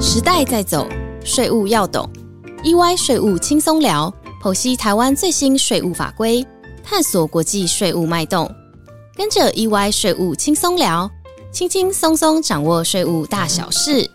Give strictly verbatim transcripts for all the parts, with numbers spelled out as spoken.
时代在走，税务要懂。E Y 税务轻松聊，剖析台湾最新税务法规，探索国际税务脉动。跟着 E Y 税务轻松聊，轻轻松松掌握税务大小事。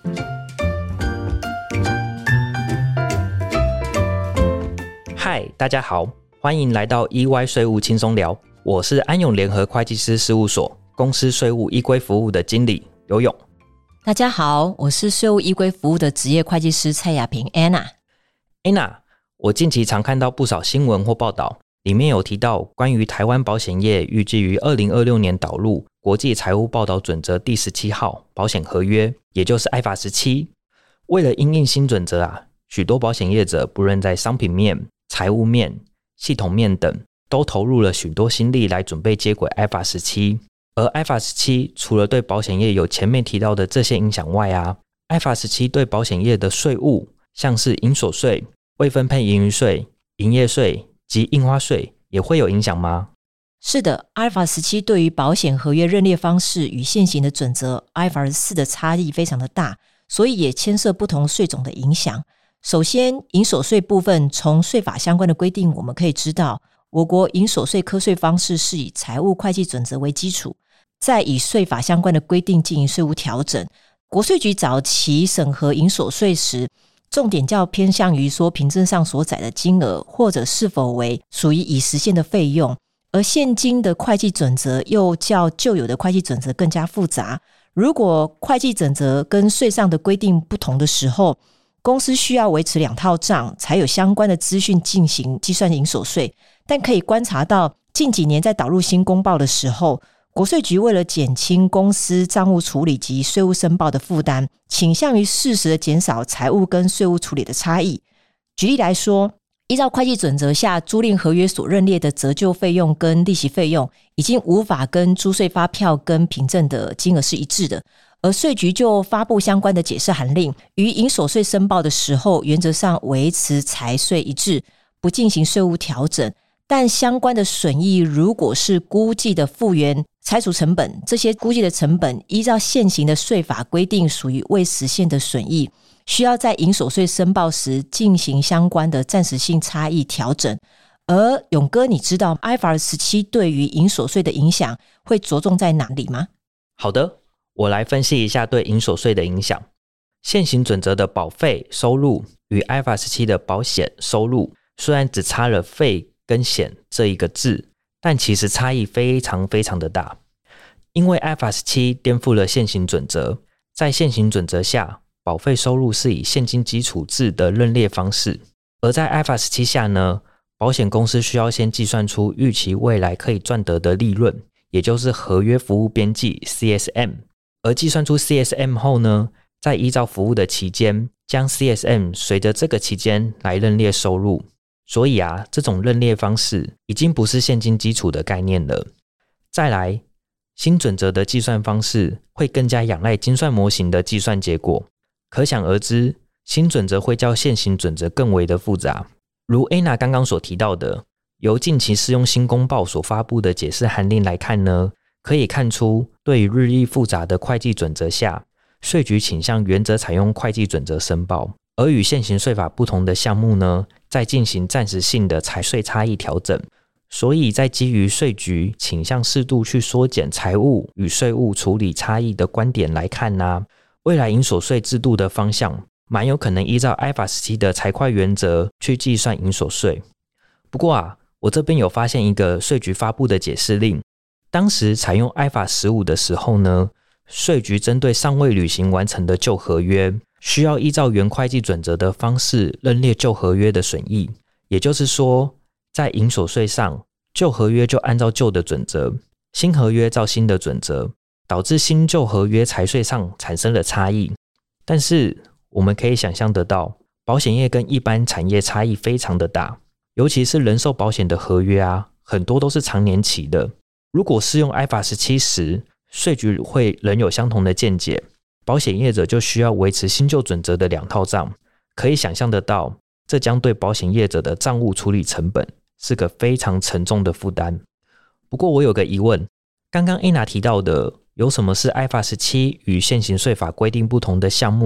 嗨，大家好，欢迎来到 E Y 税务轻松聊，我是安永联合会计师事务所公司税务依规服务的经理游泳。 大家好，我是税务依规服务的职业会计师蔡雅萍 Anna。Anna， 我近期常看到不少新闻或报道，里面有提到关于台湾保险业预计于二零二六年导入国际财务报道准则第十七号保险合约，也就是 I F R S 十七。为了因应新准则啊，许多保险业者不论在商品面、财务面、系统面等，都投入了许多心力来准备接轨 I F R S 十七。而 I F R S 十七 除了对保险业有前面提到的这些影响外啊 I F R S 十七 对保险业的税务，像是营所税、未分配盈余税、营业税及印花税也会有影响吗？ 是的， I F R S 十七 对于保险合约认列方式与现行的准则 I F R S 四 的差异非常的大，所以也牵涉不同税种的影响。首先，营所税部分，从税法相关的规定我们可以知道，我国营所税课税方式是以财务会计准则为基础，再以税法相关的规定进行税务调整。国税局早期审核营所税时，重点较偏向于说凭证上所载的金额，或者是否为属于已实现的费用，而现今的会计准则又较旧有的会计准则更加复杂。如果会计准则跟税上的规定不同的时候，公司需要维持两套账，才有相关的资讯进行计算营所税。但可以观察到，近几年在导入新公报的时候，国税局为了减轻公司账务处理及税务申报的负担，倾向于适时的减少财务跟税务处理的差异。举例来说，依照会计准则下租赁合约所认列的折旧费用跟利息费用，已经无法跟租税发票跟凭证的金额是一致的，而税局就发布相关的解释函令，于营所税申报的时候，原则上维持财税一致，不进行税务调整。但相关的损益如果是估计的复原拆除成本，这些估计的成本依照现行的税法规定属于未实现的损益，需要在营所税申报时进行相关的暂时性差异调整。而勇哥，你知道 I F R S 十七 对于营所税的影响会着重在哪里吗？ 好的，我来分析一下对营所税的影响。现行准则的保费收入与 I F R S 十七 的保险收入虽然只差了费跟险这一个字，但其实差异非常非常的大。因为 I F R S 十七 颠覆了现行准则，在现行准则下，保费收入是以现金基础制的认列方式，而在 I F R S 十七 下呢，保险公司需要先计算出预期未来可以赚得的利润，也就是合约服务边际 C S M， 而计算出 C S M 后呢，再依照服务的期间，将 C S M 随着这个期间来认列收入。所以啊，这种认列方式已经不是现金基础的概念了。再来，新准则的计算方式会更加仰赖精算模型的计算结果，可想而知，新准则会较现行准则更为的复杂。如 Anna 刚刚所提到的，由近期适用新公报所发布的解释函令来看呢，可以看出对于日益复杂的会计准则下，税局倾向原则采用会计准则申报，而与现行税法不同的项目呢，再进行暂时性的财税差异调整。所以在基于税局倾向适度去缩减财务与税务处理差异的观点来看呢、啊，未来营所税制度的方向蛮有可能依照 I F R S 十七 的财会原则去计算营所税。不过啊，我这边有发现一个税局发布的解释令，当时采用 I F R S 十五 的时候呢，税局针对尚未履行完成的旧合约，需要依照原会计准则的方式认列旧合约的损益，也就是说，在营所税上，旧合约就按照旧的准则，新合约照新的准则，导致新旧合约财税上产生了差异。但是我们可以想象得到，保险业跟一般产业差异非常的大，尤其是人寿保险的合约啊，很多都是长年期的。如果适用 I F R S 十七 时，税局会仍有相同的见解，保险业者就需要维持新旧准则的两套账，可以想象得到，这将对保险业者的账务处理成本是个非常沉重的负担。不过我有个疑问，刚刚 Anna 提到的有什么是 I F R S 十七 与现行税法规定不同的项目，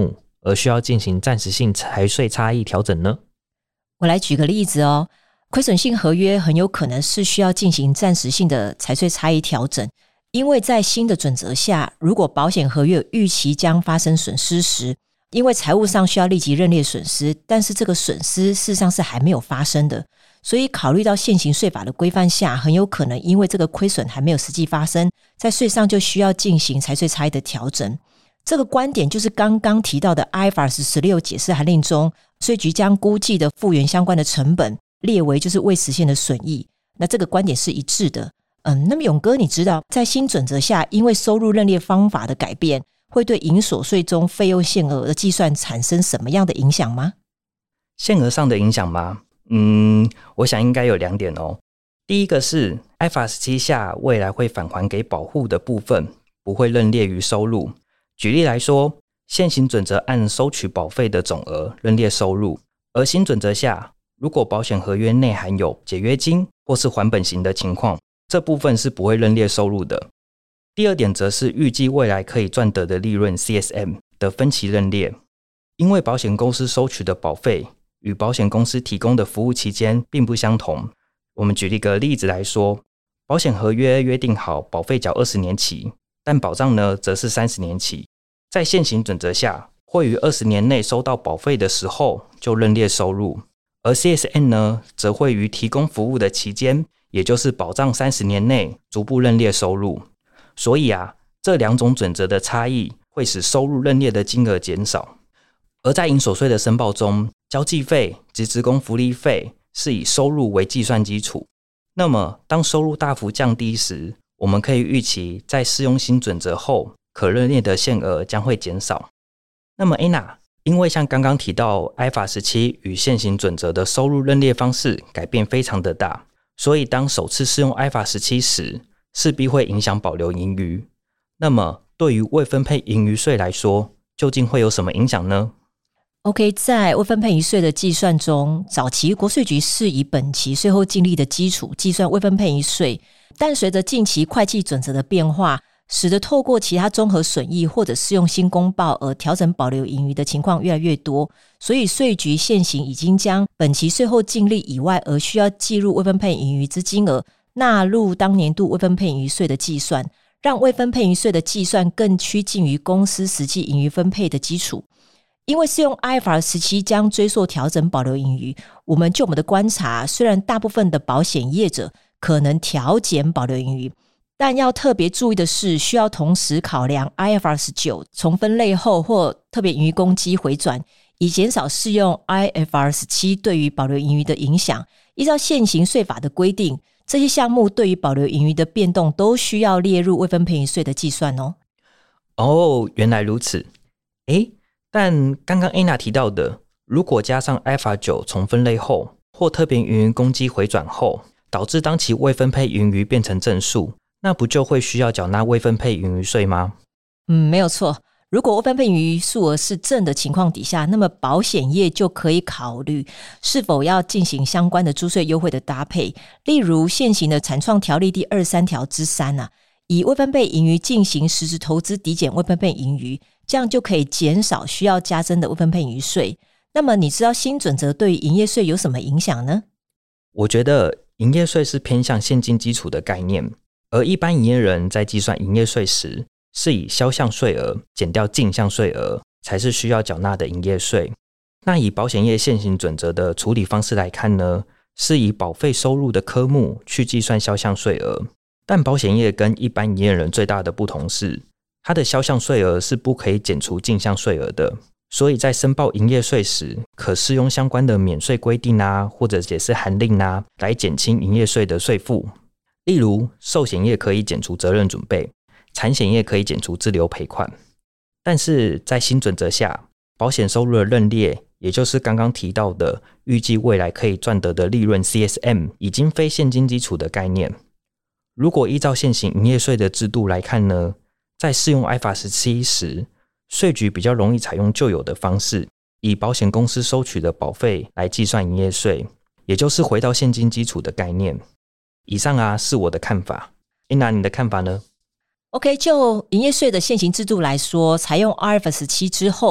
而需要进行暂时性财税差异调整呢？ 我来举个例子哦，亏损性合约很有可能是需要进行暂时性的财税差异调整，因为在新的准则下，如果保险合约预期将发生损失时，因为财务上需要立即认列损失，但是这个损失事实上是还没有发生的，所以考虑到现行税法的规范下，很有可能因为这个亏损还没有实际发生，在税上就需要进行财税差异的调整。这个观点就是刚刚提到的 I F R S 十六 解释函令中，税局将估计的复原相关的成本列为就是未实现的损益，那这个观点是一致的。嗯，那么勇哥，你知道在新准则下，因为收入认列方法的改变，会对营所税中费用限额的计算产生什么样的影响吗？ 限额上的影响吗？嗯，我想应该有两点哦。第一个是 I F R S 十七 下未来会返还给保护的部分不会认列于收入。举例来说，现行准则按收取保费的总额认列收入，而新准则下，如果保险合约内含有解约金或是还本型的情况，这部分是不会认列收入的。第二点则是预计未来可以赚得的利润 C S M 的分期认列，因为保险公司收取的保费与保险公司提供的服务期间并不相同。我们举一个例子来说，保险合约约定好保费缴二十年期，但保障呢则是三十年期。在现行准则下，会于二十年内收到保费的时候就认列收入，而 C S M 呢则会于提供服务的期间，也就是保障三十年内逐步认列收入。所以啊，这两种准则的差异会使收入认列的金额减少。而在营所税的申报中，交际费及职工福利费是以收入为计算基础。那么当收入大幅降低时，我们可以预期在适用新准则后，可认列的限额将会减少。那么 Anna， 因为像刚刚提到 I F R S 十七 与现行准则的收入认列方式改变非常的大，所以当首次适用 I F R S 十七 时，势必会影响保留盈余。那么对于未分配盈余税来说，究竟会有什么影响呢？ OK， 在未分配盈余税的计算中，早期国税局是以本期税后净利的基础计算未分配盈余税，但随着近期会计准则的变化，使得透过其他综合损益或者适用新公报而调整保留盈余的情况越来越多，所以税局现行已经将本期税后净利以外而需要计入未分配盈余之金额纳入当年度未分配盈余税的计算，让未分配盈余税的计算更趋近于公司实际盈余分配的基础。因为是用 I F R S 十七 将追溯调整保留盈余，我们就我们的观察，虽然大部分的保险业者可能调减保留盈余，但要特别注意的是，需要同时考量 I F R S 九 从分类后或特别盈余公积回转，以减少适用 I F R S 十七 对于保留盈余的影响。依照现行税法的规定，这些项目对于保留盈余的变动都需要列入未分配盈余税的计算哦。 哦，原来如此。诶，但刚刚 Anna 提到的，如果加上 I F R S 九 从分类后或特别盈余公积回转后，导致当期未分配盈余变成正数，那不就会需要缴纳未分配盈余税吗？ 嗯，没有错。如果未分配盈余数额是正的情况底下，那么保险业就可以考虑是否要进行相关的租税优惠的搭配，例如现行的产创条例第二十三条之三啊，以未分配盈余进行实质投资抵减未分配盈余，这样就可以减少需要加征的未分配盈余税。那么你知道新准则对于营业税有什么影响呢？ 我觉得营业税是偏向现金基础的概念，而一般营业人在计算营业税时，是以销项税额减掉进项税额才是需要缴纳的营业税。那以保险业现行准则的处理方式来看呢，是以保费收入的科目去计算销项税额。但保险业跟一般营业人最大的不同是，它的销项税额是不可以减除进项税额的，所以在申报营业税时，可适用相关的免税规定啊，或者解释函令啊，来减轻营业税的税负。例如，寿险业可以减除责任准备，产险业可以减除自留赔款。但是在新准则下，保险收入的认列，也就是刚刚提到的预计未来可以赚得的利润 C S M， 已经非现金基础的概念。如果依照现行营业税的制度来看呢，在适用 I F R S 十七 时，税局比较容易采用旧有的方式，以保险公司收取的保费来计算营业税，也就是回到现金基础的概念。以上啊是我的看法。Anna， 你的看法呢？ OK， 就营业税的现行制度来说，采用 I F R S 十七 之后，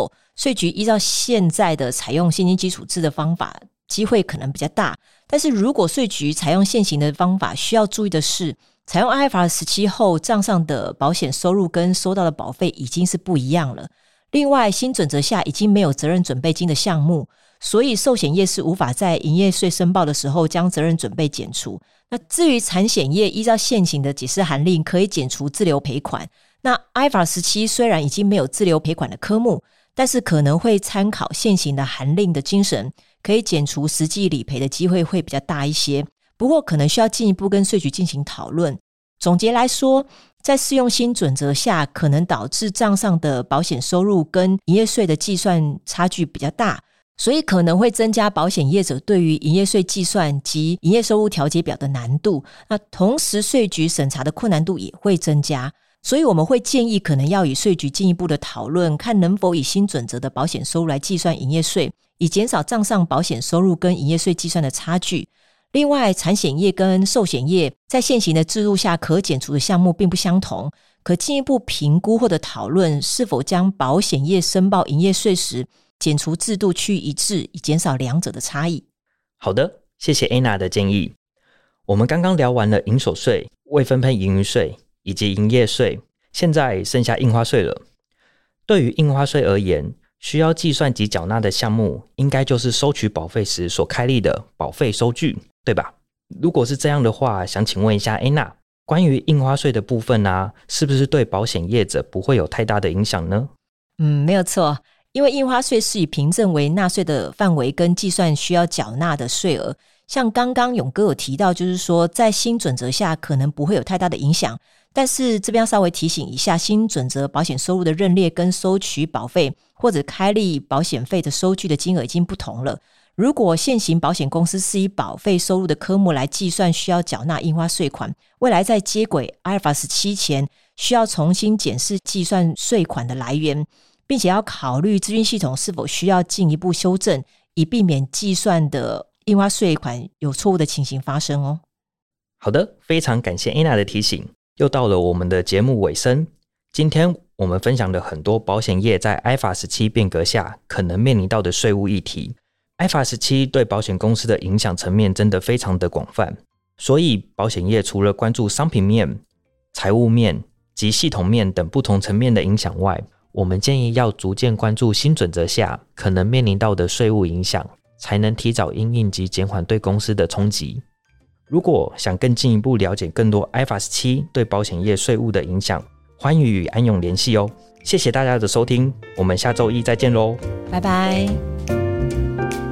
税局依照现在的采用现金基础制的方法，机会可能比较大。但是如果税局采用现行的方法，需要注意的是，采用 I F R S 十七 后，账上的保险收入跟收到的保费已经是不一样了。另外，新准则下已经没有责任准备金的项目，所以寿险业是无法在营业税申报的时候将责任准备减除。那至于产险业，依照现行的解释函令可以减除自留赔款。那 I F R S 十七 虽然已经没有自留赔款的科目，但是可能会参考现行的函令的精神，可以减除实际理赔的机会会比较大一些。不过可能需要进一步跟税局进行讨论。总结来说，在适用新准则下，可能导致账上的保险收入跟营业税的计算差距比较大，所以可能会增加保险业者对于营业税计算及营业收入调节表的难度。那同时税局审查的困难度也会增加，所以我们会建议可能要与税局进一步的讨论，看能否以新准则的保险收入来计算营业税，以减少账上保险收入跟营业税计算的差距。另外，产险业跟寿险业在现行的制度下可减除的项目并不相同，可进一步评估或者讨论是否将保险业申报营业税时减除制度趋于一致，以减少两者的差异。 好的，谢谢 Anna 的建议。我们刚刚聊完了营所税、未分配盈余税以及营业税，现在剩下印花税了。对于印花税而言，需要计算及缴纳的项目应该就是收取保费时所开立的保费收据，对吧？如果是这样的话，想请问一下 Anna， 关于印花税的部分啊，是不是对保险业者不会有太大的影响呢？ 嗯，没有错，因为印花税是以凭证为纳税的范围跟计算需要缴纳的税额。像刚刚勇哥有提到，就是说在新准则下可能不会有太大的影响，但是这边要稍微提醒一下，新准则保险收入的认列跟收取保费或者开立保险费的收据的金额已经不同了。如果现行保险公司是以保费收入的科目来计算需要缴纳印花税款，未来在接轨 I F R S 十七 前需要重新检视计算税款的来源，并且要考虑资讯系统是否需要进一步修正，以避免计算的印花税款有错误的情形发生哦。 好的，非常感谢 Anna 的提醒。又到了我们的节目尾声，今天我们分享了很多保险业在 I F R S 十七 变革下可能面临到的税务议题。I F R S 十七 对保险公司的影响层面真的非常的广泛，所以保险业除了关注商品面、财务面及系统面等不同层面的影响外，我们建议要逐渐关注新准则下可能面临到的税务影响，才能提早因应及减缓对公司的冲击。如果想更进一步了解更多 I F R S 十七 对保险业税务的影响，欢迎与安永联系哦。谢谢大家的收听，我们下周一再见喽， 拜拜。